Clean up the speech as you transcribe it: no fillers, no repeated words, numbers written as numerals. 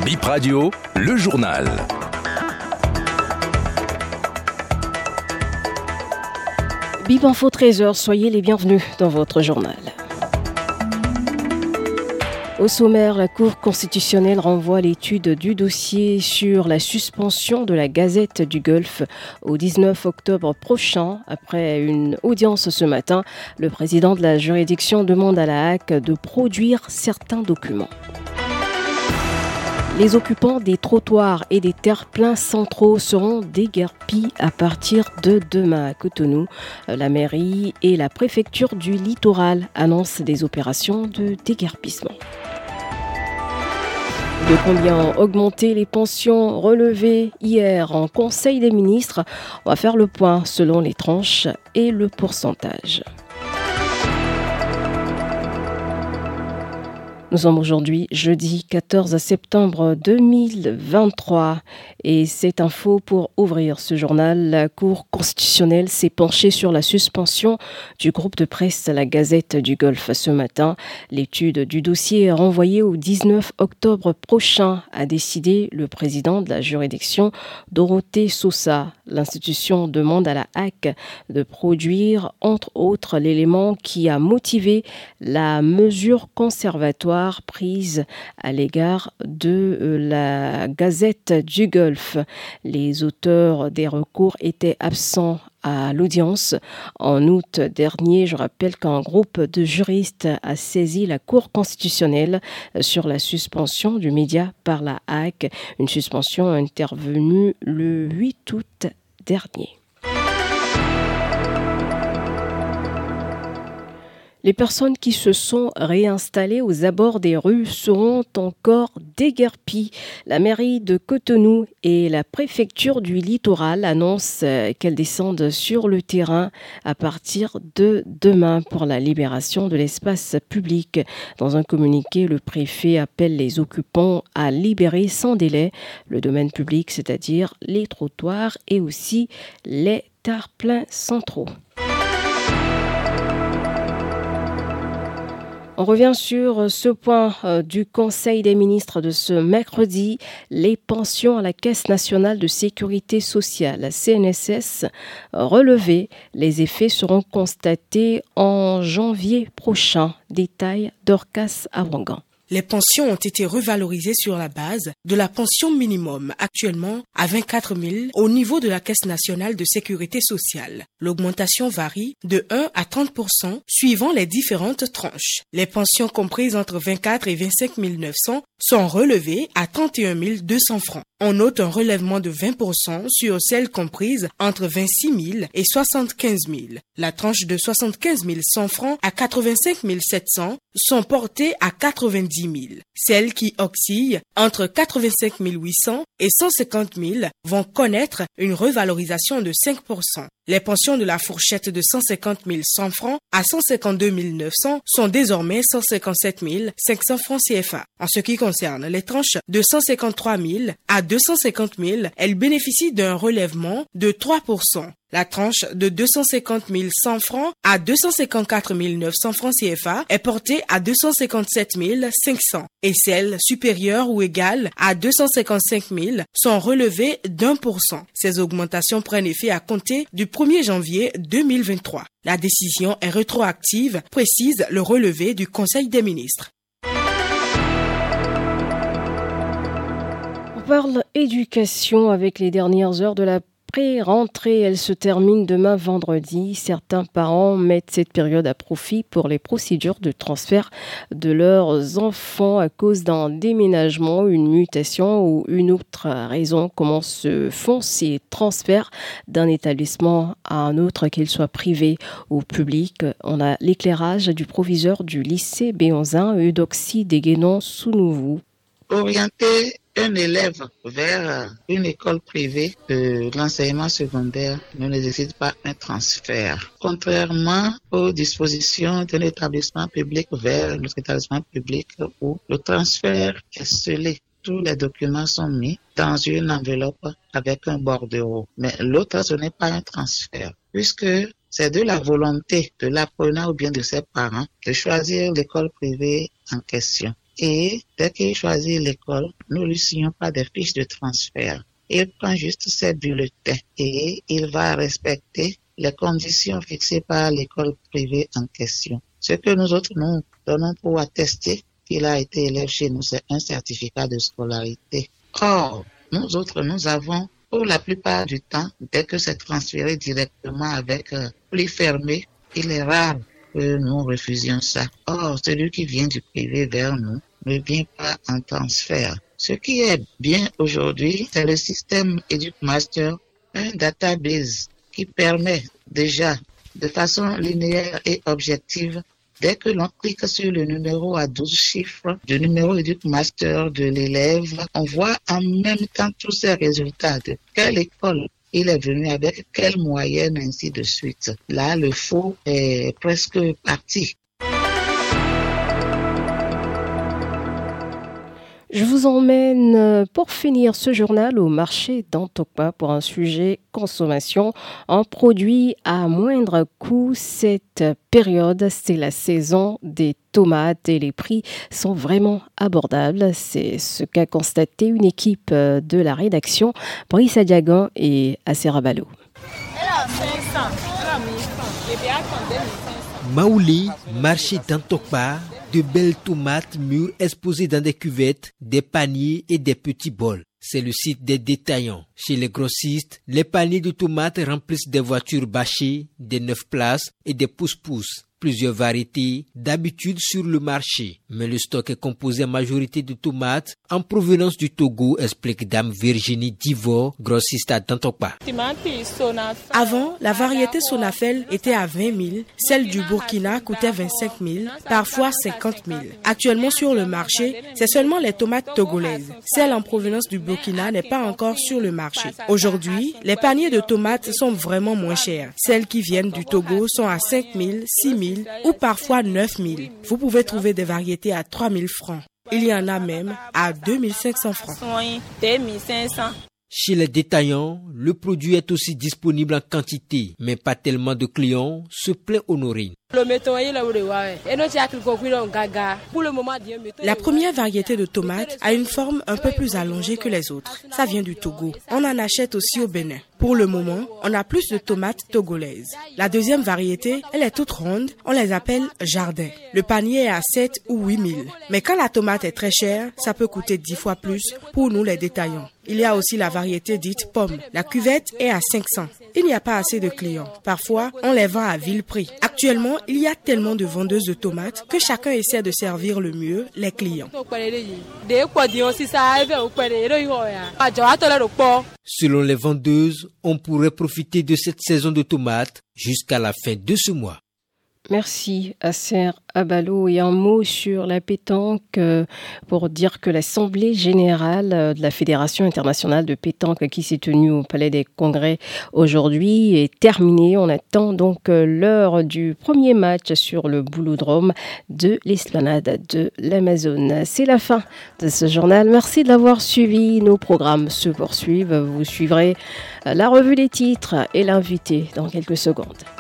Bip Radio, le journal. Bip Info 13h, soyez les bienvenus dans votre journal. Au sommaire, la Cour constitutionnelle renvoie l'étude du dossier sur la suspension de la Gazette du Golfe au 19 octobre prochain. Après une audience ce matin, le président de la juridiction demande à la HAC de produire certains documents. Les occupants des trottoirs et des terre-pleins centraux seront déguerpis à partir de demain à Cotonou. La mairie et la préfecture du littoral annoncent des opérations de déguerpissement. De combien ont augmenté les pensions relevées hier en Conseil des ministres? On va faire le point selon les tranches et le pourcentage. Nous sommes aujourd'hui jeudi 14 septembre 2023 et cette info pour ouvrir ce journal. La Cour constitutionnelle s'est penchée sur la suspension du groupe de presse La Gazette du Golfe ce matin. L'étude du dossier est renvoyée au 19 octobre prochain, a décidé le président de la juridiction Dorothée Sosa. L'institution demande à la HAC de produire entre autres l'élément qui a motivé la mesure conservatoire prise à l'égard de la Gazette du Golfe. Les auteurs des recours étaient absents à l'audience. En août dernier, je rappelle qu'un groupe de juristes a saisi la Cour constitutionnelle sur la suspension du média par la HAC, une suspension intervenue le 8 août dernier. Les personnes qui se sont réinstallées aux abords des rues seront encore déguerpies. La mairie de Cotonou et la préfecture du littoral annoncent qu'elles descendent sur le terrain à partir de demain pour la libération de l'espace public. Dans un communiqué, le préfet appelle les occupants à libérer sans délai le domaine public, c'est-à-dire les trottoirs et aussi les terre-pleins centraux. On revient sur ce point du Conseil des ministres de ce mercredi. Les pensions à la Caisse nationale de sécurité sociale, la CNSS, relevées. Les effets seront constatés en janvier prochain. Détail Dorcas Awangan. Les pensions ont été revalorisées sur la base de la pension minimum, actuellement à 24 000 au niveau de la Caisse nationale de sécurité sociale. L'augmentation varie de 1 à 30% suivant les différentes tranches. Les pensions comprises entre 24 et 25 900 sont relevées à 31 200 francs. On note un relèvement de 20% sur celles comprises entre 26 000 et 75 000. La tranche de 75 100 francs à 85 700 sont portées à 90 000. Celles qui oscillent entre 85 800 et 150 000 vont connaître une revalorisation de 5%. Les pensions de la fourchette de 150 100 francs à 152 900 sont désormais 157 500 francs CFA. En ce qui concerne les tranches de 153 000 à 250 000, elles bénéficient d'un relèvement de 3%. La tranche de 250 100 francs à 254 900 francs CFA est portée à 257 500 et celles supérieures ou égales à 255 000 sont relevées d'1%. Ces augmentations prennent effet à compter du 1er janvier 2023. La décision est rétroactive, précise le relevé du Conseil des ministres. On parle éducation avec les dernières heures de la rentrée, elle se termine demain vendredi. Certains parents mettent cette période à profit pour les procédures de transfert de leurs enfants à cause d'un déménagement, une mutation ou une autre raison. Comment se font ces transferts d'un établissement à un autre, qu'il soit privé ou public? On a l'éclairage du proviseur du lycée Béonzin, Eudoxie Deguénon-Sounouvou. Orienter un élève vers une école privée de l'enseignement secondaire ne nécessite pas un transfert. Contrairement aux dispositions d'un établissement public vers l'autre établissement public où le transfert est scellé. Tous les documents sont mis dans une enveloppe avec un bordereau. Mais l'autre, ce n'est pas un transfert, puisque c'est de la volonté de l'apprenant ou bien de ses parents de choisir l'école privée en question. Et dès qu'il choisit l'école, nous ne lui signons pas des fiches de transfert. Il prend juste ses bulletins et il va respecter les conditions fixées par l'école privée en question. Ce que nous autres, nous donnons pour attester qu'il a été élève chez nous, c'est un certificat de scolarité. Or, nous autres, nous avons, pour la plupart du temps, dès que c'est transféré directement avec pli fermé, il est rare que nous refusions ça. Or, celui qui vient du privé vers nous ne vient pas en transfert. Ce qui est bien aujourd'hui, c'est le système EducMaster, un database qui permet déjà, de façon linéaire et objective, dès que l'on clique sur le numéro à 12 chiffres du numéro EducMaster de l'élève, on voit en même temps tous ces résultats de quelle école il est venu avec quelle moyenne, ainsi de suite. Là, le faux est presque parti. Je vous emmène pour finir ce journal au marché d'Antokpa pour un sujet consommation en produits à moindre coût. Cette période, c'est la saison des tomates et les prix sont vraiment abordables. C'est ce qu'a constaté une équipe de la rédaction, Brice Adiagan et Aserabalo. Maouli, marché d'Antokpa, de belles tomates mûres exposées dans des cuvettes, des paniers et des petits bols. C'est le site des détaillants. Chez les grossistes, les paniers de tomates remplissent des voitures bâchées, des 9 places et des pousse-pousse. Plusieurs variétés d'habitude sur le marché. Mais le stock est composé en majorité de tomates en provenance du Togo, explique Dame Virginie Divor, grossiste à Dantokpa. Avant, la variété Sonafel était à 20 000, celle du Burkina coûtait 25 000, parfois 50 000. Actuellement sur le marché, c'est seulement les tomates togolaises. Celle en provenance du Burkina n'est pas encore sur le marché. Aujourd'hui, les paniers de tomates sont vraiment moins chers. Celles qui viennent du Togo sont à 5 000, 6 000 ou parfois 9 000. Vous pouvez trouver des variétés à 3 000 francs. Il y en a même à 2 500 francs. Chez les détaillants, le produit est aussi disponible en quantité, mais pas tellement de clients, se plaît Honorine. La première variété de tomates a une forme un peu plus allongée que les autres. Ça vient du Togo. On en achète aussi au Bénin. Pour le moment, on a plus de tomates togolaises. La deuxième variété, elle est toute ronde. On les appelle jardin. Le panier est à 7 ou 8 000. Mais quand la tomate est très chère, ça peut coûter 10 fois plus pour nous les détaillants. Il y a aussi la variété dite pomme. La cuvette est à 500. Il n'y a pas assez de clients. Parfois, on les vend à vil prix. Actuellement, il y a tellement de vendeuses de tomates que chacun essaie de servir le mieux les clients. Selon les vendeuses, on pourrait profiter de cette saison de tomates jusqu'à la fin de ce mois. Merci Asser Abalo. Et un mot sur la pétanque pour dire que l'Assemblée générale de la Fédération internationale de pétanque qui s'est tenue au Palais des Congrès aujourd'hui est terminée. On attend donc l'heure du premier match sur le boulodrome de l'Esplanade de l'Amazone. C'est la fin de ce journal. Merci de l'avoir suivi. Nos programmes se poursuivent. Vous suivrez la revue des titres et l'invité dans quelques secondes.